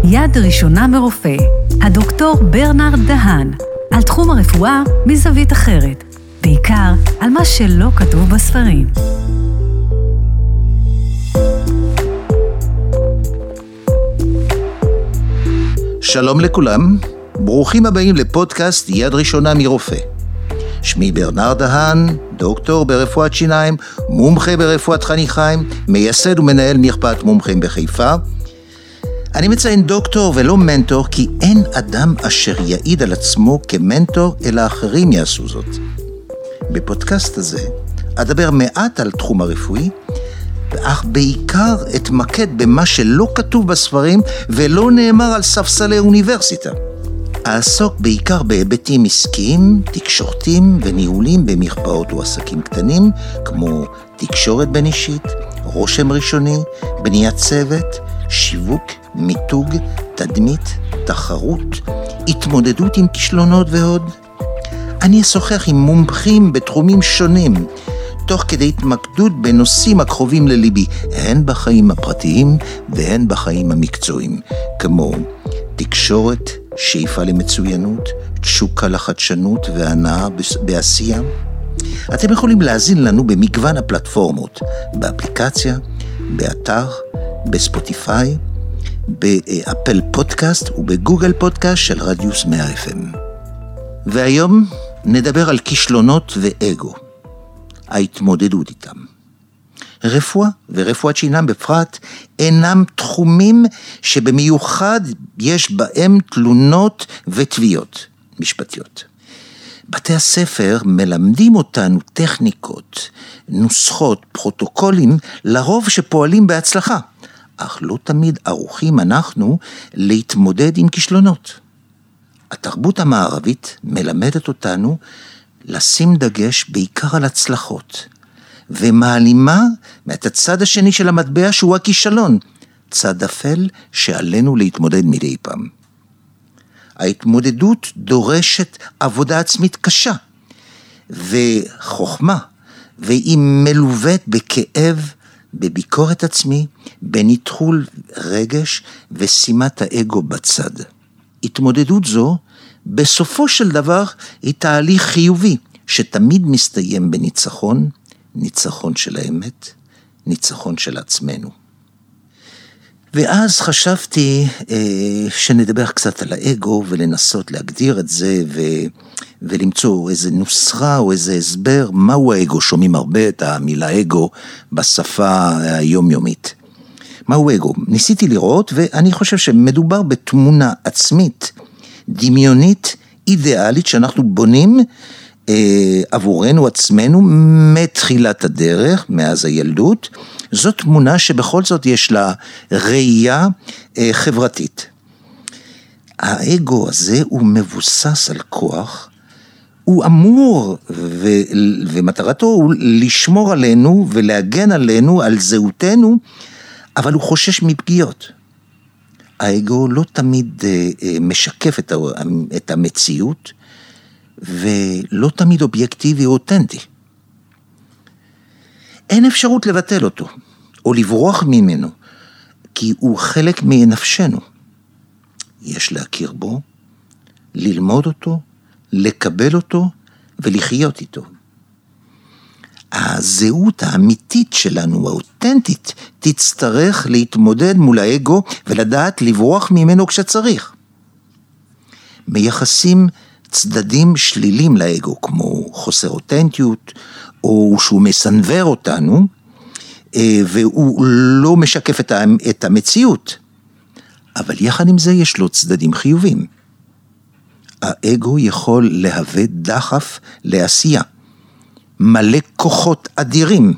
יד ראשונה מרופא, הדוקטור ברנרד דהן, על תחום הרפואה מזווית אחרת, בעיקר על מה שלא כתוב בספרים. שלום לכולם, ברוכים הבאים לפודקאסט יד ראשונה מרופא. שמי ברנרד דהן, דוקטור ברפואת שיניים, מומחה ברפואת חניכיים, מייסד ומנהל מרפאת מומחים בחיפה. אני מציין דוקטור ולא מנטור, כי אין אדם אשר יעיד על עצמו כמנטור, אלא אחרים יעשו זאת. בפודקאסט הזה אדבר מעט על תחום הרפואי, אך בעיקר אתמקד במה שלא כתוב בספרים ולא נאמר על ספסלי אוניברסיטה. אעסוק בעיקר בהיבטים עסקיים, תקשורתיים וניהולים במרפאות ועסקים קטנים, כמו תקשורת בין אישית, רושם ראשוני, בניית צוות, שיווק, מיתוג, תדמית, תחרות, התמודדות עם כישלונות ועוד. אני אשוחח עם מומחים בתחומים שונים, תוך כדי התמקדות בנושאים הקרובים לליבי, הן בחיים הפרטיים והן בחיים המקצועיים, כמו תקשורת, שאיפה למצוינות, תשוקה לחדשנות והנאה בעשייה. אתם יכולים להאזין לנו במגוון הפלטפורמות, באפליקציה, באתר, בספוטיפיי, באפל פודקאסט ובגוגל פודקאסט של רדיוס 100 FM. והיום נדבר על כישלונות ואגו, ההתמודדות איתם. רפואה ורפואת שיניים בפרט אינם תחומים שבמיוחד יש בהם תלונות ותביעות משפטיות. בתי הספר מלמדים אותנו טכניקות, נוסחות, פרוטוקולים, לרוב שפועלים בהצלחה, אך לא תמיד ערוכים אנחנו להתמודד עם כישלונות. התרבות המערבית מלמדת אותנו לשים דגש בעיקר על הצלחות, ומעלימה את הצד השני של המטבע שהוא הכישלון, צד אפל שעלינו להתמודד מדי פעם. ההתמודדות דורשת עבודה עצמית קשה וחוכמה, והיא מלוות בכאב, בביקורת עצמי, בניטרול רגש ושימת האגו בצד. התמודדות זו בסופו של דבר היא תהליך חיובי שתמיד מסתיים בניצחון, ניצחון של האמת, ניצחון של עצמנו. ואז חשבתי שנדבר קצת על האגו ולנסות להגדיר את זה ולמצוא איזה נוסחה או איזה הסבר, מהו האגו. שומעים הרבה את המילה אגו בשפה היומיומית. מהו אגו? ניסיתי לראות ואני חושב שמדובר בתמונה עצמית, דמיונית, אידיאלית שאנחנו בונים עבורנו עצמנו מתחילת הדרך, מאז הילדות. זאת תמונה שבכל זאת יש לה ראייה חברתית. האגו הזה הוא מבוסס על כוח, הוא אמור ומטרתו הוא לשמור עלינו ולהגן עלינו, על זהותנו, אבל הוא חושש מפגיעות. האגו לא תמיד משקף את המציאות, ולא תמיד אובייקטיבי או אותנטי. אין אפשרות לבטל אותו, או לברוח ממנו, כי הוא חלק מנפשנו. יש להכיר בו, ללמוד אותו, לקבל אותו, ולחיות איתו. הזהות האמיתית שלנו, האותנטית, תצטרך להתמודד מול האגו, ולדעת לברוח ממנו כשצריך. מייחסים צדדים שלילים לאגו, כמו חוסר אותנטיות, או שהוא מסנבר אותנו, והוא לא משקף את המציאות. אבל יחד עם זה יש לו צדדים חיובים. האגו יכול להווה דחף לעשייה, מלא כוחות אדירים.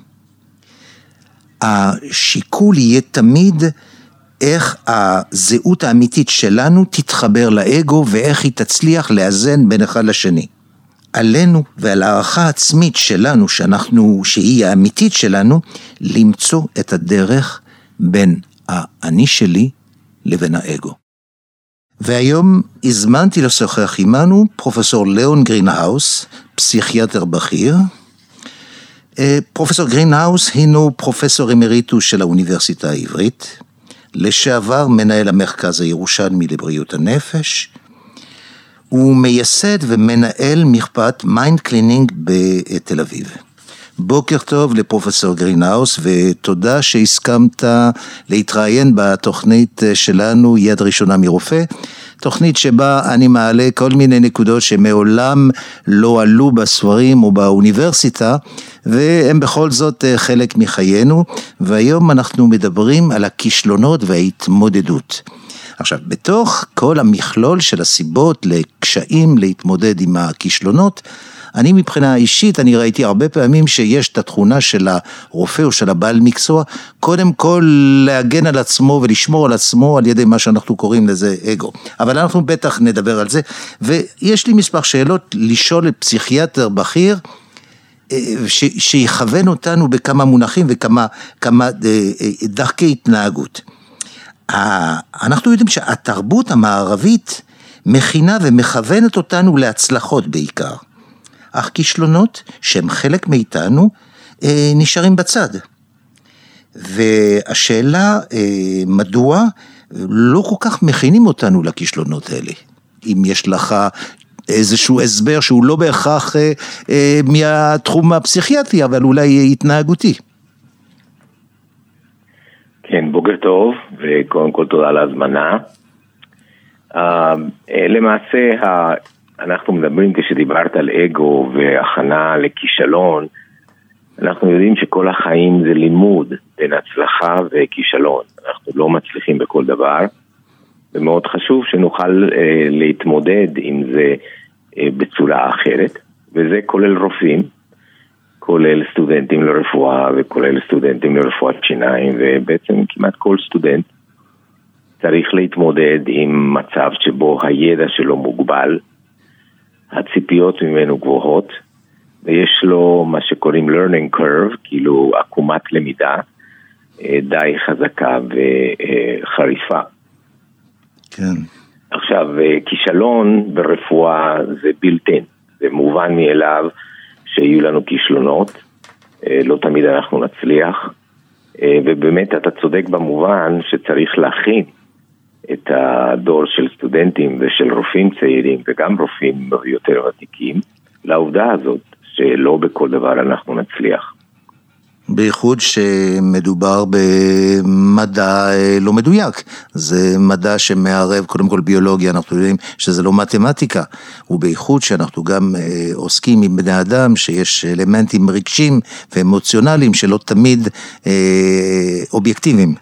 השיקול יהיה תמיד איך הזהות האמיתית שלנו תתחבר לאגו, ואיך היא תצליח לאזן בין אחד לשני. עלינו ועל הערכה העצמית שלנו, שהיא האמיתית שלנו, למצוא את הדרך בין האני שלי לבין האגו. והיום הזמנתי לשוחח עמנו פרופסור ליאון גרינהאוס, פסיכיאטר בכיר. פרופסור גרינהאוס הינו פרופסור אמריטוס של האוניברסיטה העברית, לשעבר מנהל המרכז הירושלמי לבריאות הנפש, הוא מייסד ומנהל מרפאת מיינד קלינינג בתל אביב. בוקר טוב לפרופסור גרינהאוס, ותודה שהסכמת להתראיין בתוכנית שלנו יד ראשונה מרופא, תוכנית שבה אני מעלה כל מיני נקודות שמעולם לא עלו בספרים או באוניברסיטה, והם בכל זאת חלק מחיינו, והיום אנחנו מדברים על הכישלונות וההתמודדות. עכשיו, בתוך כל המכלול של הסיבות לקשיים להתמודד עם הכישלונות, אני מבחינה אישית, אני ראיתי הרבה פעמים שיש את התכונה של הרופא או של הבעל מקצוע, קודם כל להגן על עצמו ולשמור על עצמו על ידי מה שאנחנו קוראים לזה אגו. אבל אנחנו בטח נדבר על זה, ויש לי מספר שאלות לשאול את פסיכיאטר בכיר, שיכוון אותנו בכמה מונחים וכמה דרכי התנהגות. אנחנו יודעים שהתרבות המערבית מכינה ומכוונת אותנו להצלחות בעיקר. אך כישלונות שהם חלק מאיתנו נשארים בצד. והשאלה מדוע לא כל כך מכינים אותנו לכישלונות האלה. אם יש לך איזשהו הסבר שהוא לא בהכרח מהתחום הפסיכיאטרי, אבל אולי התנהגותי. כן, בוקר טוב, וקודם כל תודה על ההזמנה. למעשה, אנחנו מדברים כשדיברת על אגו והכנה לכישלון, אנחנו יודעים שכל החיים זה לימוד בין הצלחה וכישלון. אנחנו לא מצליחים בכל דבר, ומאוד חשוב שנוכל להתמודד עם זה בצורה אחרת, וזה כולל רופאים, כולל סטודנטים לרפואה וכולל סטודנטים לרפואת שיניים, ובעצם כמעט כל סטודנט צריך להתמודד עם מצב שבו הידע שלו מוגבל, הציפיות ממנו גבוהות, ויש לו מה שקוראים learning curve, כאילו עקומת למידה, די חזקה וחריפה. כן. עכשיו, כישלון ברפואה זה בלתי, זה מובן מאליו שיהיו לנו כישלונות, לא תמיד אנחנו נצליח, ובאמת אתה צודק במובן שצריך להכין את הדור של סטודנטים ושל רופאים צעירים וגם רופאים יותר ותיקים לעובדה הזאת שלא בכל דבר אנחנו נצליח. בייחוד שמדובר במדע לא מדויק, זה מדע שמערב קודם כל ביולוגיה, אנחנו יודעים שזה לא מתמטיקה, ובייחוד שאנחנו גם עוסקים עם בני אדם שיש אלמנטים רגשיים ואמוציונליים שלא תמיד אובייקטיביים.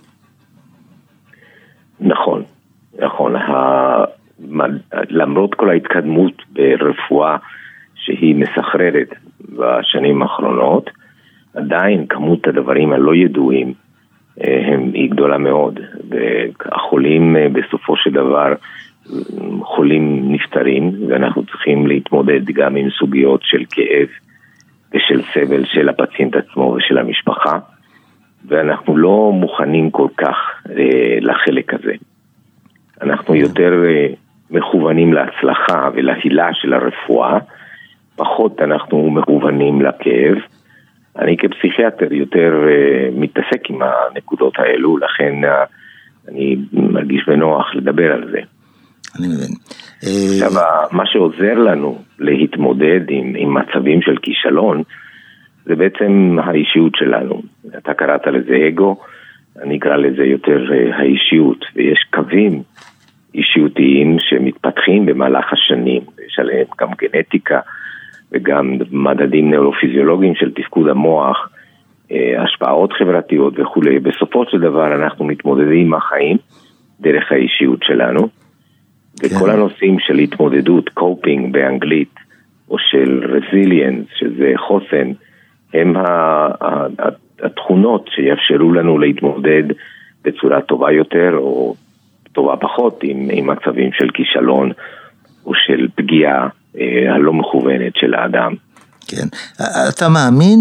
נכון, נכון, למרות כל ההתקדמות ברפואה שהיא מסחררת בשנים האחרונות, עדיין כמות הדברים הלא ידועים היא גדולה מאוד, והחולים בסופו של דבר חולים נפטרים, ואנחנו צריכים להתמודד גם עם סוגיות של כאב ושל סבל של הפציינט עצמו ושל המשפחה, ואנחנו לא מוכנים כל כך לחלק הזה. אנחנו יותר מכוונים להצלחה ולהילה של הרפואה, פחות אנחנו מכוונים לכאב. אני כפסיכיאטר יותר מתעסק עם הנקודות האלו, לכן אני מרגיש בנוח לדבר על זה. אני מבין. עכשיו, מה שעוזר לנו להתמודד עם מצבים של כישלון, זה בעצם האישיות שלנו. אתה קראת לזה אגו, אני אקרא לזה יותר האישיות, ויש קווים אישיותיים שמתפתחים במהלך השנים, יש עליהם גם גנטיקה, וגם מדדים נוירופיזיולוגיים של תפקוד המוח, השפעות חברתיות וכו'. בסופו של דבר אנחנו מתמודדים עם החיים דרך האישיות שלנו, וכל הנושאים של התמודדות, קופינג באנגלית, או של רזיליאנס, שזה חוסן, הם התכונות שיאפשרו לנו להתמודד בצורה טובה יותר, או טובה פחות, עם מצבים של כישלון, או של פגיעה הלא מכוונת של האדם. כן, אתה מאמין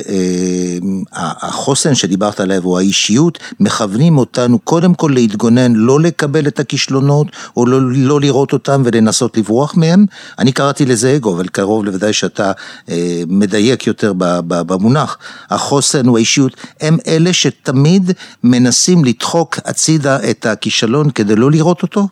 שהחוסן שדיברת עליו או האישיות מכוונים אותנו קודם כל להתגונן, לא לקבל את הכישלונות או לא לראות אותם ולנסות לברוח מהם? אני קראתי לזה אגו, אבל קרוב לוודאי שאתה מדייק יותר במונח. החוסן או האישיות הם אלה שתמיד מנסים לדחוק הצידה את הכישלון כדי לא לראות אותו?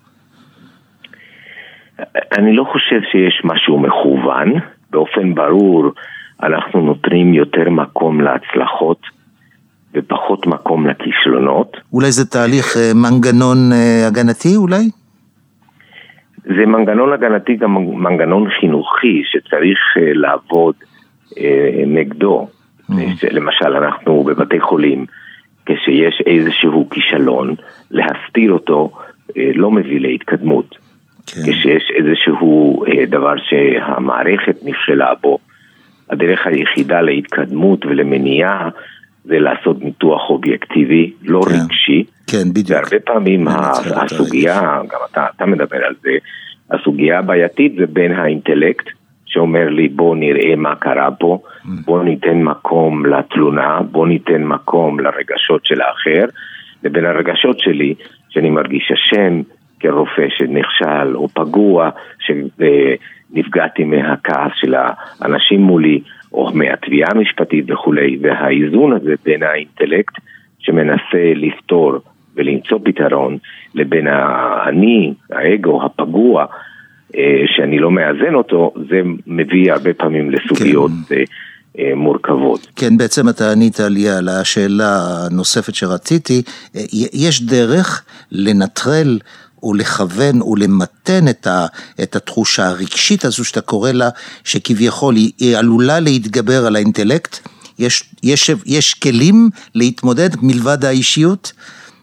אני לא חושב שיש משהו מכוון. באופן ברור אנחנו נותנים יותר מקום להצלחות ופחות מקום לכישלונות. אולי זה תהליך מנגנון הגנתי אולי? זה מנגנון הגנתי, גם מנגנון חינוכי שצריך לעבוד נגדו. למשל אנחנו בבתי חולים, כשיש איזשהו כישלון, להסתיר אותו לא מביא להתקדמות. כשיש איזשהו דבר שהמערכת נכשלה בו, הדרך היחידה להתקדמות ולמניעה זה לעשות ניתוח אובייקטיבי, לא רגשי. כן, בדיוק. והרבה פעמים הסוגיה, גם אתה מדבר על זה, הסוגיה הבעייתית זה בין האינטלקט, שאומר לי בוא נראה מה קרה פה, בוא ניתן מקום לתלונה, בוא ניתן מקום לרגשות של האחר, לבין הרגשות שלי, שאני מרגיש אשם, כרופא שנכשל או פגוע, שנפגעתי מהכעס של האנשים מולי, או מהתביעה המשפטית וכו'. והאיזון הזה בין האינטלקט שמנסה לפתור ולמצוא פתרון, לבין אני, האגו, הפגוע, שאני לא מאזן אותו, זה מביא הרבה פעמים לסוגיות מורכבות. כן, בעצם אתה ענית לי על השאלה הנוספת שרציתי. יש דרך לנטרל או לכוון או למתן את התחושה הרגשית הזו שאתה קורא לה, שכביכול היא עלולה להתגבר על האינטלקט? יש כלים להתמודד מלבד האישיות?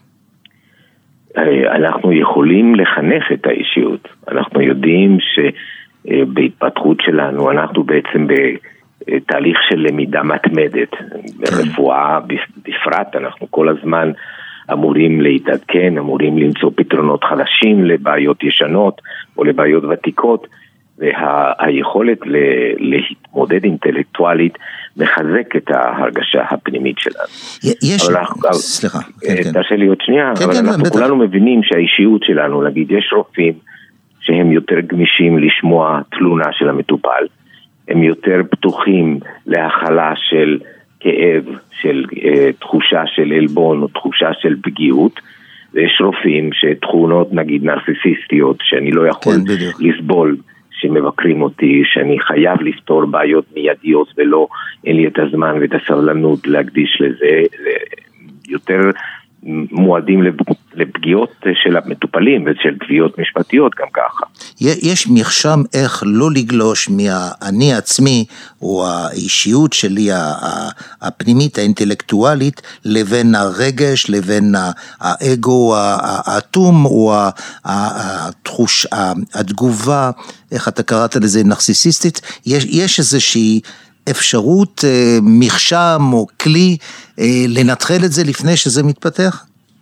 אנחנו יכולים לחנך את האישיות. אנחנו יודעים שבהתפתחות שלנו אנחנו בעצם בתהליך של למידה מתמדת. ברפואה בפרט אנחנו כל הזמן אמורים להתעדכן, אמורים למצוא פתרונות חדשים לבעיות ישנות או לבעיות ותיקות, והיכולת להתמודד אינטלקטואלית מחזק את ההרגשה הפנימית שלנו. סליחה. תרשה לי עוד שנייה, אבל אנחנו כולנו מבינים שהאישיות שלנו, נגיד יש רופאים שהם יותר גמישים לשמוע תלונה של המטופל, הם יותר פתוחים להכלה של כאב, של תחושה של אלבון או תחושה של פגיעות, ויש רופאים שתכונות נגיד נרסיסיסטיות שאני לא יכול לסבול שמבקרים אותי, שאני חייב לפתור בעיות מיידיות ולא, אין לי את הזמן ואת הסבלנות להקדיש לזה, יותר מועדים לפגיעות של המטופלים ושל תביעות משפטיות גם ככה. יש מרשם איך לא לגלוש מהאני עצמי או האישיות שלי הפנימית האינטלקטואלית לבין הרגש, לבין האגו האטום או התגובה, איך אתה קראת לזה, נרסיסיסטית? יש איזושהי אפשרות, מרשם או כלי לנטרל את זה לפני שזה מתפתח?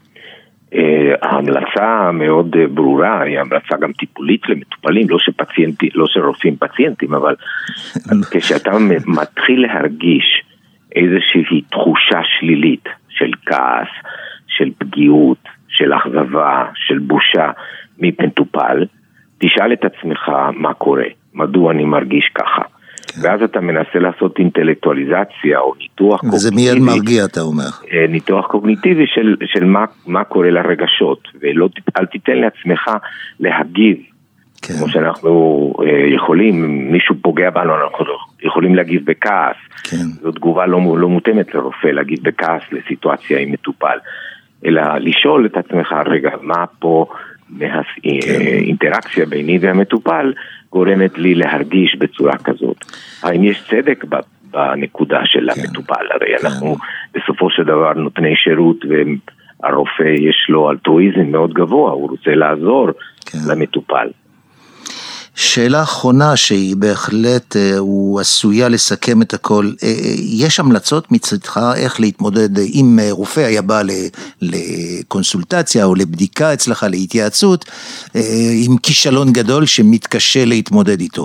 ההמלצה מאוד ברורה, היא המלצה גם טיפולית למטופלים, לא שרופאים פציינטים, אבל כשאתה מתחיל להרגיש איזושהי תחושה שלילית של כעס, של פגיעות, של אכזבה, של בושה מפנטופל, תשאל את עצמך מה קורה, מדוע אני מרגיש ככה. ואז אתה מנסה לעשות אינטלקטואליזציה או ניתוח קוגניטיבי. וזה מיד מרגיע, אתה אומר. ניתוח קוגניטיבי של מה קורה לרגשות, ולא אל תיתן לעצמך להגיב. כמו שאנחנו יכולים, מישהו פוגע בנו, אנחנו יכולים להגיב בכעס. זו תגובה לא מותאמת לרופא, להגיב בכעס לסיטואציה עם מטופל. אלא לשאול את עצמך, רגע, מה פה מהאינטראקציה ביני והמטופל גורמת לי להרגיש בצורה כזאת. האם יש צדק בנקודה של המטופל? הרי אנחנו בסופו של דבר נותני שירות, והרופא יש לו אלטרואיזם מאוד גבוה, הוא רוצה לעזור למטופל. שאלה אחרונה שהיא בהחלט הוא עשויה לסכם את הכל, יש המלצות מצדך איך להתמודד אם רופא היה בא לקונסולטציה או לבדיקה אצלך, להתייעצות, עם כישלון גדול שמתקשה להתמודד איתו,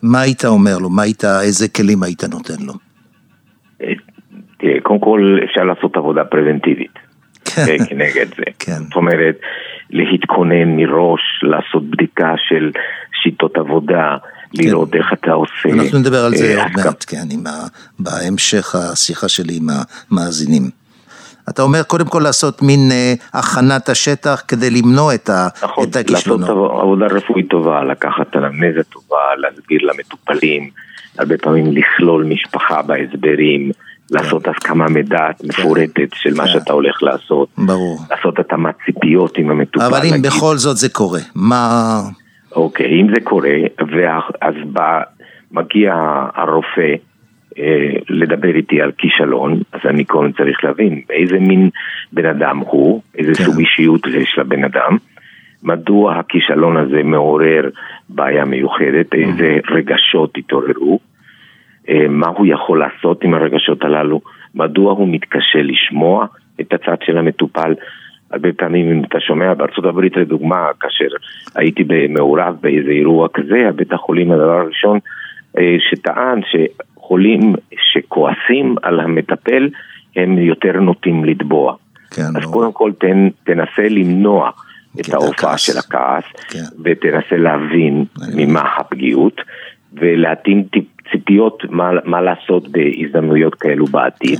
מה היית אומר לו? איזה כלים היית נותן לו? תראה, קודם כל אפשר לעשות עבודה פרבנטיבית כנגד זה. זאת אומרת, להתכונן מראש, לעשות בדיקה של שיטות עבודה, לראות איך אתה עושה. אנחנו נדבר על זה עוד מעט, כן, בהמשך השיחה שלי עם המאזינים. אתה אומר קודם כל לעשות מין הכנת השטח כדי למנוע את הכישלונות. לעשות עבודה רפואית טובה, לקחת אנמנזה טובה, להסביר למטופלים, הרבה פעמים לכלול משפחה בהסברים, לעשות הסכמה מדעת מפורטת של מה שאתה הולך לעשות. ברור. לעשות התאמת ציפיות עם המטופל. אבל אם בכל זאת זה קורה, מה... אוקיי, אם זה קורה, אז מגיע הרופא לדבר איתי על כישלון, אז אני קודם צריך להבין איזה מין בן אדם הוא, איזה סוג אישיות יש לבן אדם, מדוע הכישלון הזה מעורר בעיה מיוחדת, איזה רגשות התעוררו, מה הוא יכול לעשות עם הרגשות הללו, מדוע הוא מתקשה לשמוע את הצד של המטופל. הרבה פעמים אם אתה שומע בארצות הברית לדוגמה, כאשר הייתי מעורב באיזה אירוע כזה, בית החולים הדבר הראשון שטען שחולים שכועסים על המטפל הם יותר נוטים לטבוע. אז קודם כל תנסה למנוע את ההופעה של הכעס, ותנסה להבין ממה הפגיעות, ולהתאים ציפיות מה לעשות בהזדמנויות כאלו בעתיד.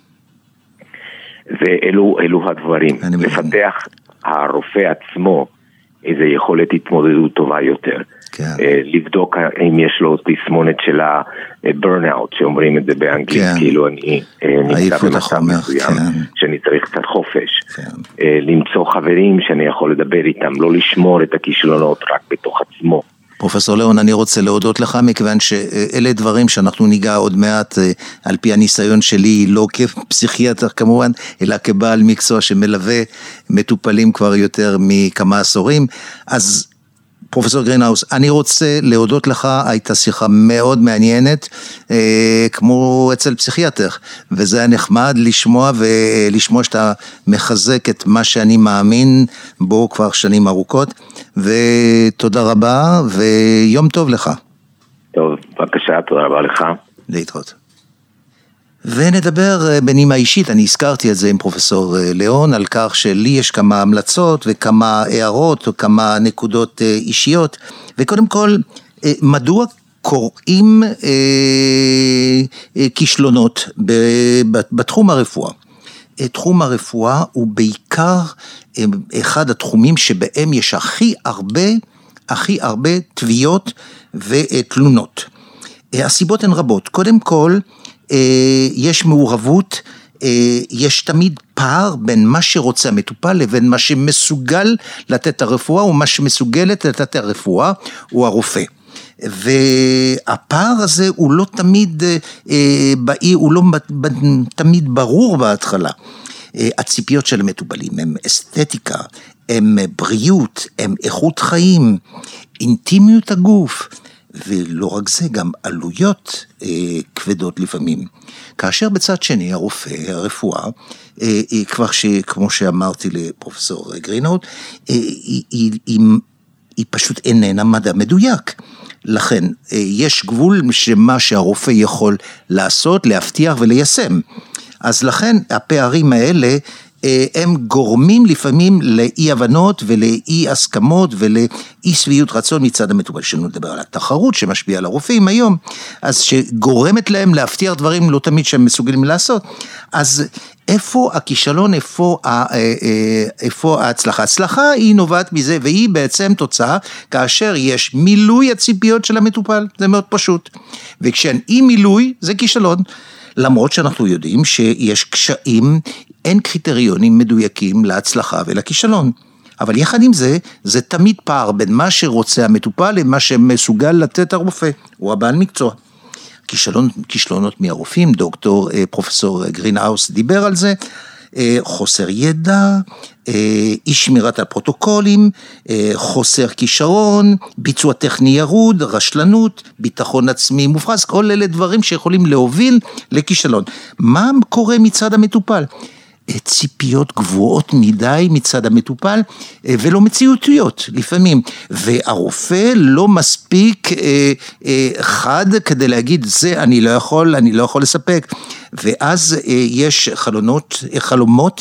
ואלו הדברים. לפתח הרופא עצמו איזו יכולת התמודדות טובה יותר. לבדוק אם יש לו תסמונת של ה-burnout, שאומרים את זה באנגלית, כאילו אני נמצא במצב מסוים, שאני צריך קצת חופש. למצוא חברים שאני יכול לדבר איתם, לא לשמור את הכישלונות רק בתוך עצמו. פרופסור ליאון, אני רוצה להודות לך, מכיוון שאלה דברים שאנחנו ניגע עוד מעט, על פי הניסיון שלי, לא כפסיכיאטר כמובן, אלא כבעל מקצוע שמלווה מטופלים כבר יותר מכמה עשורים. אז פרופסור גרינהאוס, אני רוצה להודות לך, הייתה שיחה מאוד מעניינת, כמו אצל פסיכיאטר, וזה היה נחמד לשמוע, ולשמוע שאתה מחזק את מה שאני מאמין בו כבר שנים ארוכות, ותודה רבה, ויום טוב לך. טוב, בבקשה, תודה רבה לך. להתראות. ונדבר בנימה אישית, אני הזכרתי את זה עם פרופסור ליאון, על כך שלי יש כמה המלצות וכמה הערות או כמה נקודות אישיות, וקודם כל, מדוע קוראים כישלונות בתחום הרפואה? תחום הרפואה הוא בעיקר אחד התחומים שבהם יש הכי הרבה תביעות ותלונות. הסיבות הן רבות. קודם כל, יש מעורבות, יש תמיד פער בין מה שרוצה המטופל לבין מה שמסוגל לתת הרפואה, ומה שמסוגלת לתת הרפואה הוא הרופא. והפער הזה הוא לא תמיד הוא לא תמיד ברור בהתחלה. הציפיות של המטופלים הם אסתטיקה, הם בריאות, הם איכות חיים, אינטימיות הגוף, ולא רק זה, גם עלויות כבדות לפעמים. כאשר בצד שני הרופא, הרפואה, כבר כמו שאמרתי לפרופסור גרינהאוס, היא פשוט איננה מדע מדויק. לכן יש גבול שמה שהרופא יכול לעשות, להבטיח וליישם. אז לכן הפערים האלה הם גורמים לפעמים לאי הבנות ולאי הסכמות ולאי שביעות רצון מצד המטופל. שלנו לדבר על התחרות שמשפיעה על הרופאים היום, אז שגורמת להם להבטיח דברים לא תמיד שהם מסוגלים לעשות. אז איפה הכישלון, איפה ההצלחה? ההצלחה היא נובעת מזה, והיא בעצם תוצאה כאשר יש מילוי הציפיות של המטופל, זה מאוד פשוט. וכשאין אי מילוי זה כישלון. למרות שאנחנו יודעים שיש קשיים, אין קריטריונים מדויקים להצלחה ולכישלון. אבל יחד עם זה, זה תמיד פער בין מה שרוצה המטופל למה שמסוגל לתת הרופא, הוא הבעל מקצוע. כישלונות מהרופאים, דוקטור פרופסור גרינהאוס דיבר על זה, חוסר ידע, אי שמירת הפרוטוקולים, חוסר כישרון, ביצוע טכני ירוד, רשלנות, ביטחון עצמי מופרז, כל אלה דברים שיכולים להוביל לכישלון. מה קורה מצד המטופל? ציפיות גבוהות מדי מצד המטופל, ולא מציאותיות לפעמים, והרופא לא מספיק חד כדי להגיד, זה אני לא יכול לספק, ואז יש חלומות,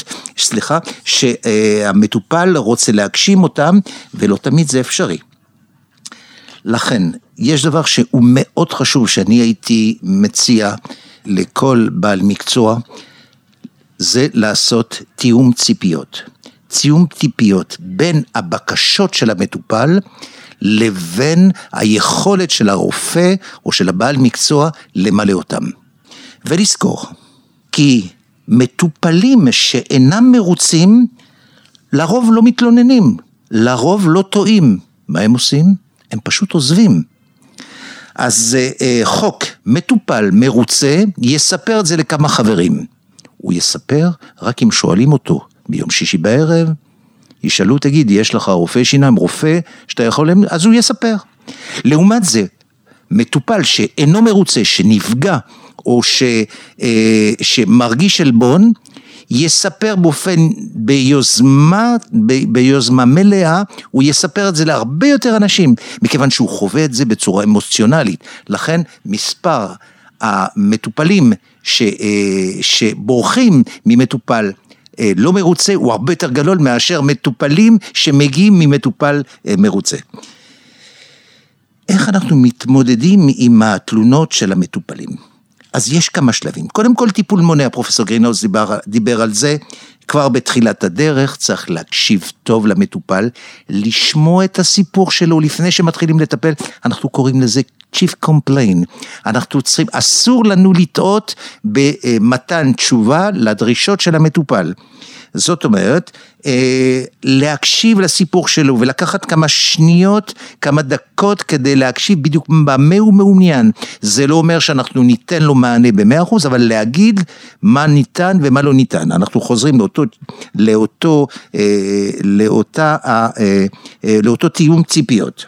שהמטופל רוצה להגשים אותם, ולא תמיד זה אפשרי. לכן, יש דבר שהוא מאוד חשוב, שאני הייתי מציע לכל בעל מקצוע, זה לעשות תיאום ציפיות. תיאום ציפיות בין הבקשות של המטופל, לבין היכולת של הרופא, או של הבעל מקצוע, למלא אותם. ולזכור, כי מטופלים שאינם מרוצים, לרוב לא מתלוננים, לרוב לא טועים. מה הם עושים? הם פשוט עוזבים. אז חוק מטופל מרוצה, יספר את זה לכמה חברים. הוא יספר רק אם שואלים אותו ביום שישי בערב, ישאלו, תגיד, יש לך רופא שיניים, רופא שאתה יכול, אז הוא יספר. לעומת זה, מטופל שאינו מרוצה, שנפגע, או שמרגיש אלבון, יספר באופן, ביוזמה מלאה, הוא יספר את זה להרבה יותר אנשים, מכיוון שהוא חווה את זה בצורה אמוציונלית. לכן מספר המטופלים שבורחים ממטופל לא מרוצה, הוא הרבה יותר גדול מאשר מטופלים שמגיעים ממטופל מרוצה. איך אנחנו מתמודדים עם התלונות של המטופלים? אז יש כמה שלבים. קודם כל טיפול מונע, פרופסור גרינהאוז דיבר על זה, כבר בתחילת הדרך צריך להקשיב טוב למטופל, לשמוע את הסיפור שלו לפני שמתחילים לטפל, אנחנו קוראים לזה chief complaint, אנחנו צריכים, אסור לנו לטעות במתן תשובה לדרישות של המטופל, זאת אומרת, להקשיב לסיפור שלו, ולקחת כמה שניות, כמה דקות, כדי להקשיב בדיוק במה הוא מעוניין. זה לא אומר שאנחנו ניתן לו מענה ב100%, אבל להגיד מה ניתן ומה לא ניתן. אנחנו חוזרים לאותו תיאום ציפיות.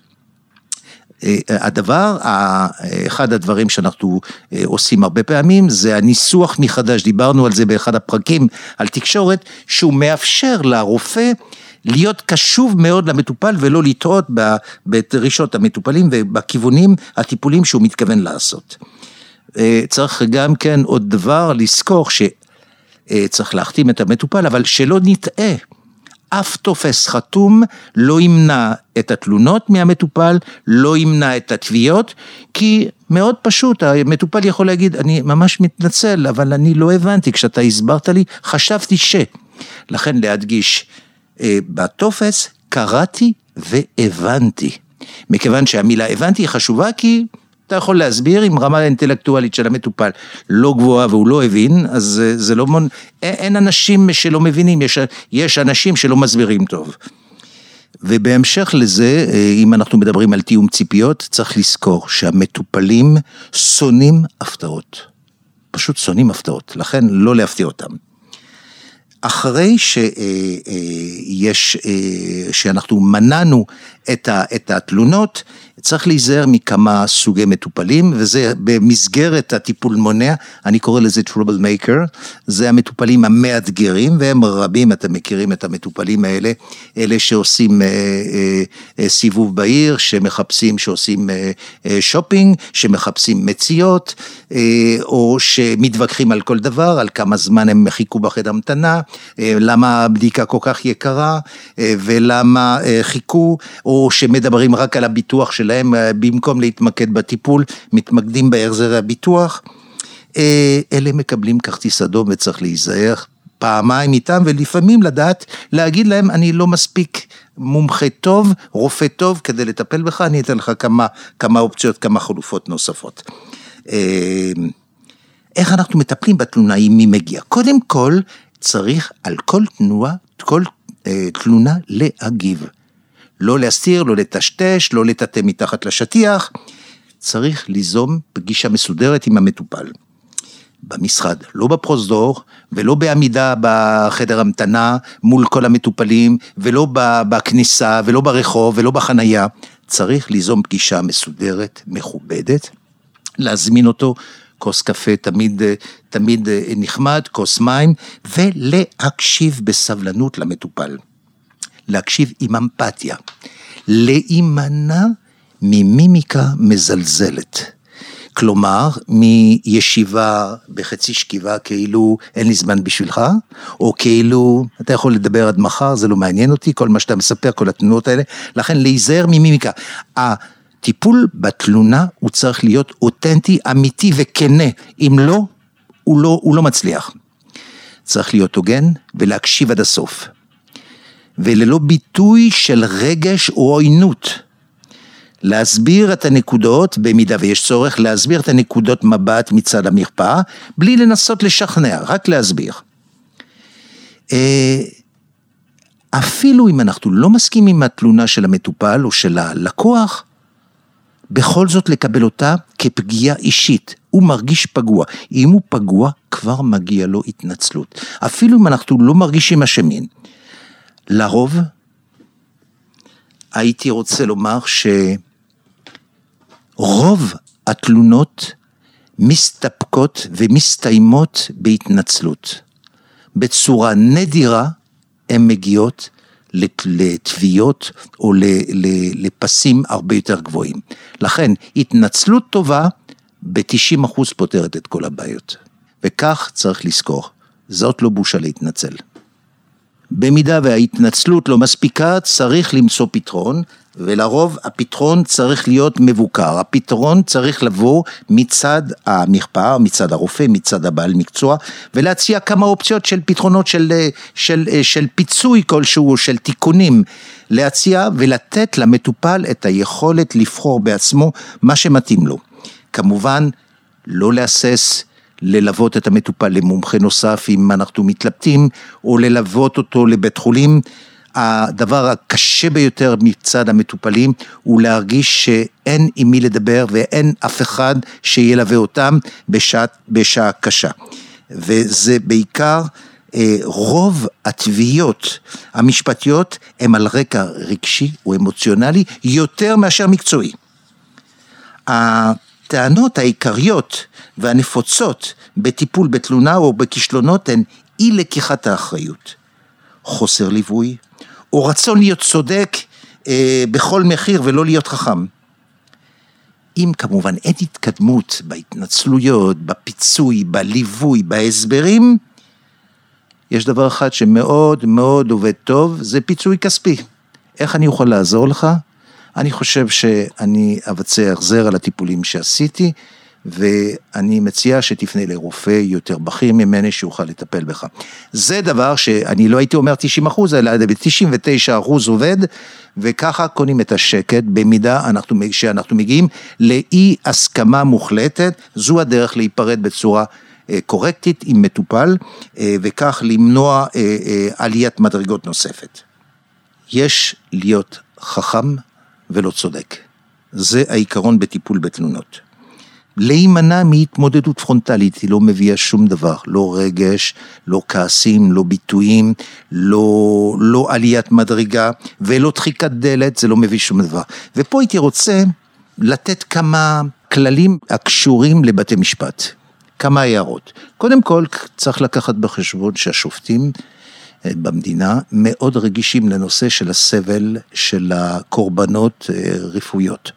אחד הדברים שאנחנו עושים הרבה פעמים, זה הניסוח מחדש, דיברנו על זה באחד הפרקים על תקשורת, שהוא מאפשר לרופא להיות קשוב מאוד למטופל, ולא לטעות בדרישות המטופלים, ובכיוונים הטיפולים שהוא מתכוון לעשות. צריך גם כן עוד דבר לזכור, שצריך להחתים את המטופל, אבל שלא נטעה, אף תופס חתום לא ימנע את התלונות מהמטופל, לא ימנע את התביעות, כי מאוד פשוט, המטופל יכול להגיד, אני ממש מתנצל, אבל אני לא הבנתי, כשאתה הסברת לי, חשבתי לכן להדגיש, בתופס קראתי והבנתי, מכיוון שהמילה הבנתי היא חשובה, כי אתה יכול להסביר עם רמה האינטלקטואלית של המטופל לא גבוהה והוא לא הבין, אז זה לא אין אנשים שלא מבינים, יש אנשים שלא מסבירים טוב. ובהמשך לזה, אם אנחנו מדברים על תיאום ציפיות, צריך לזכור שהמטופלים שונאים הפתעות. פשוט שונאים הפתעות, לכן לא להפתיע אותם. אחרי שאנחנו מנענו את התלונות, צריך להיזהר מכמה סוגי מטופלים, וזה במסגרת הטיפול מונע, אני קורא לזה trouble maker, זה המטופלים המאתגרים, והם רבים, אתם מכירים את המטופלים האלה, אלה שעושים סיבוב בעיר, שעושים שופינג, שמחפשים מציאות, או שמתווכחים על כל דבר, על כמה זמן הם חיכו בחדר המתנה, למה הבדיקה כל כך יקרה, ולמה חיכו, או שמדברים רק על הביטוח שלהם, במקום להתמקד בטיפול, מתמקדים בהחזרי הביטוח, אלה מקבלים כרטיס אדום וצריך להיזהר פעמיים איתם, ולפעמים לדעת להגיד להם, אני לא מספיק מומחה טוב, רופא טוב, כדי לטפל בך, אני אתן לך כמה אופציות, כמה חלופות נוספות. איך אנחנו מטפלים בתלונה, אם מי מגיע? קודם כל, צריך על כל תלונה להגיב. לא להסתיר, לא לטשטש, לא לטאטא מתחת לשטיח, צריך ליזום פגישה מסודרת עם המטופל. במשרד, לא בפרוזדור, ולא בעמידה בחדר המתנה, מול כל המטופלים, ולא בכניסה, ולא ברחוב, ולא בחנייה. צריך ליזום פגישה מסודרת, מכובדת, להזמין אותו כוס קפה תמיד נחמד, כוס מים, ולהקשיב בסבלנות למטופל. להקשיב עם אמפתיה. להימנע ממימיקה מזלזלת. כלומר, מישיבה בחצי שכיבה כאילו אין לי זמן בשבילך, או כאילו אתה יכול לדבר עד מחר, זה לא מעניין אותי, כל מה שאתה מספר, כל התנועות האלה, לכן להיזהר ממימיקה. הטיפול בתלונה הוא צריך להיות אותנטי, אמיתי וכנה, אם לא, הוא לא מצליח. צריך להיות הוגן ולהקשיב עד הסוף. וללא ביטוי של רגש או עוינות. להסביר את הנקודות, במידה ויש צורך, להסביר את הנקודות מבט מצד המרפאה, בלי לנסות לשכנע, רק להסביר. אפילו אם אנחנו לא מסכימים עם התלונה של המטופל או של הלקוח, בכל זאת לקבל אותה כפגיעה אישית. הוא מרגיש פגוע. אם הוא פגוע, כבר מגיע לו התנצלות. אפילו אם אנחנו לא מרגישים אשמים. לרוב, הייתי רוצה לומר שרוב התלונות מסתפקות ומסתיימות בהתנצלות. בצורה נדירה הן מגיעות לתביעות או לפסים הרבה יותר גבוהים. לכן התנצלות טובה ב-90% פותרת את כל הבעיות. וכך צריך לזכור, זאת לא בושה להתנצל. במידה וההתנצלות לא מספיקה, צריך למצוא פתרון, ולרוב הפתרון צריך להיות מבוקר. הפתרון צריך לבוא מצד המרפאה, מצד הרופא, מצד הבעל מקצוע, ולהציע כמה אופציות של פתרונות של פיצוי כלשהו, של תיקונים, להציע ולתת למטופל את היכולת לבחור בעצמו מה שמתאים לו. כמובן, לא להסס, ללוות את המטופל למומחה נוסף אם אנחנו מתלבטים, או ללוות אותו לבית חולים. הדבר הקשה ביותר מצד המטופלים, הוא להרגיש שאין עם מי לדבר, ואין אף אחד שילווה אותם בשעה קשה. וזה בעיקר, רוב התביעות המשפטיות, הם על רקע רגשי או אמוציונלי, יותר מאשר מקצועי. הטענות העיקריות והנפוצות בטיפול בתלונה או בכישלונות הן אי לקיחת האחריות, חוסר ליווי, או רצון להיות צודק בכל מחיר ולא להיות חכם. אם כמובן אין התקדמות בהתנצלויות, בפיצוי, בליווי, בהסברים, יש דבר אחד שמאוד מאוד עובד טוב, זה פיצוי כספי. איך אני יכול לעזור לך? אני חושב שאני אבצע החזר על הטיפולים שעשיתי, ואני מציע שתפנה לרופא יותר בכיר ממני שיוכל לטפל בך. זה דבר שאני לא הייתי אומר 90%, אלא ב-99% עובד, וככה קונים את השקט, במידה שאנחנו מגיעים לאי הסכמה מוחלטת, זו הדרך להיפרד בצורה קורקטית עם מטופל, וכך למנוע עליית מדרגות נוספת. יש להיות חכם ולא צודק. זה העיקרון בטיפול בתלונות. להימנע מהתמודדות פרונטלית, היא לא מביאה שום דבר, לא רגש, לא כעסים, לא ביטויים, לא עליית מדרגה, ולא דחיקת דלת, זה לא מביא שום דבר. ופה הייתי רוצה לתת כמה כללים הקשורים לבתי משפט, כמה הערות. קודם כל, צריך לקחת בחשבון שהשופטים במדינה מאוד רגישים לנושא של הסבל של הקורבנות רפואיות.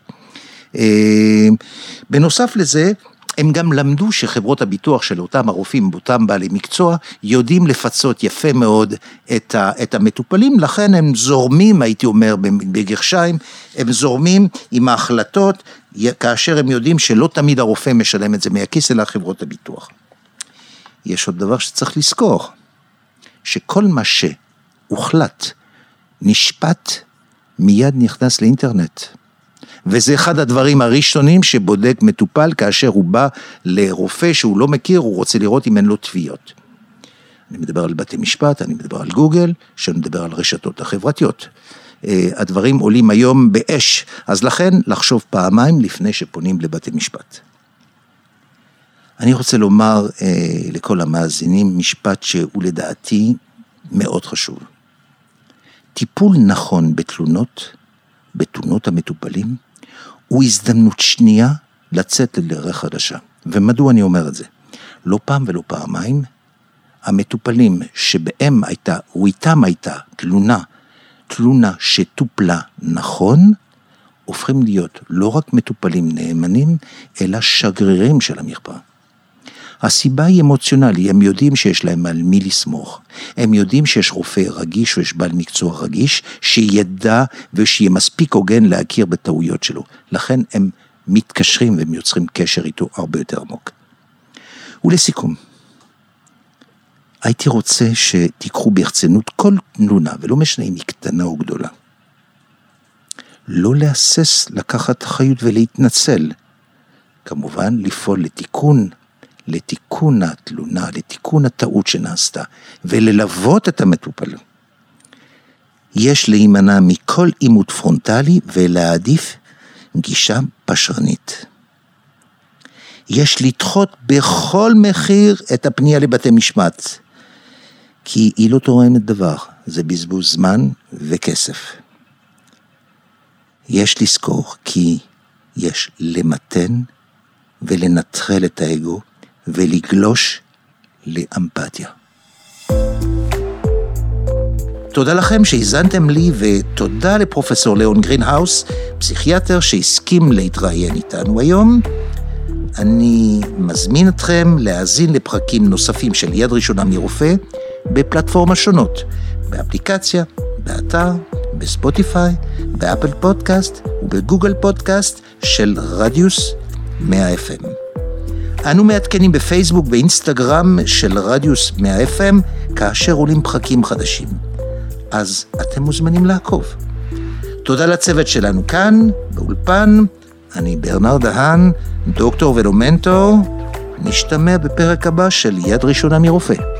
בנוסף לזה, הם גם למדו שחברות הביטוח של אותם הרופאים, אותם בעלי מקצוע, יודעים לפצות יפה מאוד את המטופלים, לכן הם זורמים, הייתי אומר בגרשיים, הם זורמים עם ההחלטות, כאשר הם יודעים שלא תמיד הרופא משלם את זה מהכיס, אלא חברות הביטוח. יש עוד דבר שצריך לזכור, שכל מה שהוחלט, נשפט, מיד נכנס לאינטרנט. וזה אחד הדברים הראשונים שבודק מטופל כאשר הוא בא לרופא שהוא לא מכיר, הוא רוצה לראות אם אין לו תביעות. אני מדבר על בתי משפט, אני מדבר על גוגל, שאני מדבר על רשתות החברתיות. הדברים עולים היום באש, אז לכן לחשוב פעמיים לפני שפונים לבתי משפט. אני רוצה לומר לכל המאזינים משפט שהוא לדעתי מאוד חשוב. טיפול נכון בתלונות המטופלים, הוא הזדמנות שנייה לצאת לדרך חדשה. ומדוע אני אומר את זה? לא פעם ולא פעמיים, המטופלים שבהם הייתה, או איתם הייתה תלונה שטופלה נכון, הופכים להיות לא רק מטופלים נאמנים, אלא שגרירים של המרפאה. הסיבה היא אמוציונלי, הם יודעים שיש להם על מי לסמוך, הם יודעים שיש רופא רגיש ויש בעל מקצוע רגיש, שידע ושיהיה מספיק הוגן להכיר בטעויות שלו, לכן הם מתקשרים והם יוצרים קשר איתו הרבה יותר עמוק. ולסיכום, הייתי רוצה שתיקחו ברצינות כל תלונה, ולא משנה אם היא קטנה או גדולה. לא להסס לקחת אחריות ולהתנצל. כמובן, לפעול לתיקון התלונה, לתיקון הטעות שנעשתה, וללוות את המטופל. יש להימנע מכל עימות פרונטלי ולהעדיף גישה פשרנית. יש לדחות בכל מחיר את הפנייה לבתי משפט, כי היא לא תורמת דבר, זה בזבוז זמן וכסף. יש לזכור כי יש למתן ולנטרל את האגו ולגלוש לאמפתיה. תודה לכם שהזנתם לי, ותודה לפרופסור ליאון גרינהאוס, פסיכיאטר שהסכים להתראיין איתנו היום. אני מזמין אתכם להאזין לפרקים נוספים של יד ראשונה מרופא בפלטפורמה שונות, באפליקציה, באתר, בספוטיפיי, באפל פודקאסט ובגוגל פודקאסט של רדיוס 100 FM. אנו מעדכנים בפייסבוק ואינסטגרם של רדיוס 100 FM כאשר עולים פרקים חדשים. אז אתם מוזמנים לעקוב. תודה לצוות שלנו כאן, באולפן. אני ברנר דהן, דוקטור ולא מנטור. נשתמע בפרק הבא של יד ראשונה מרופא.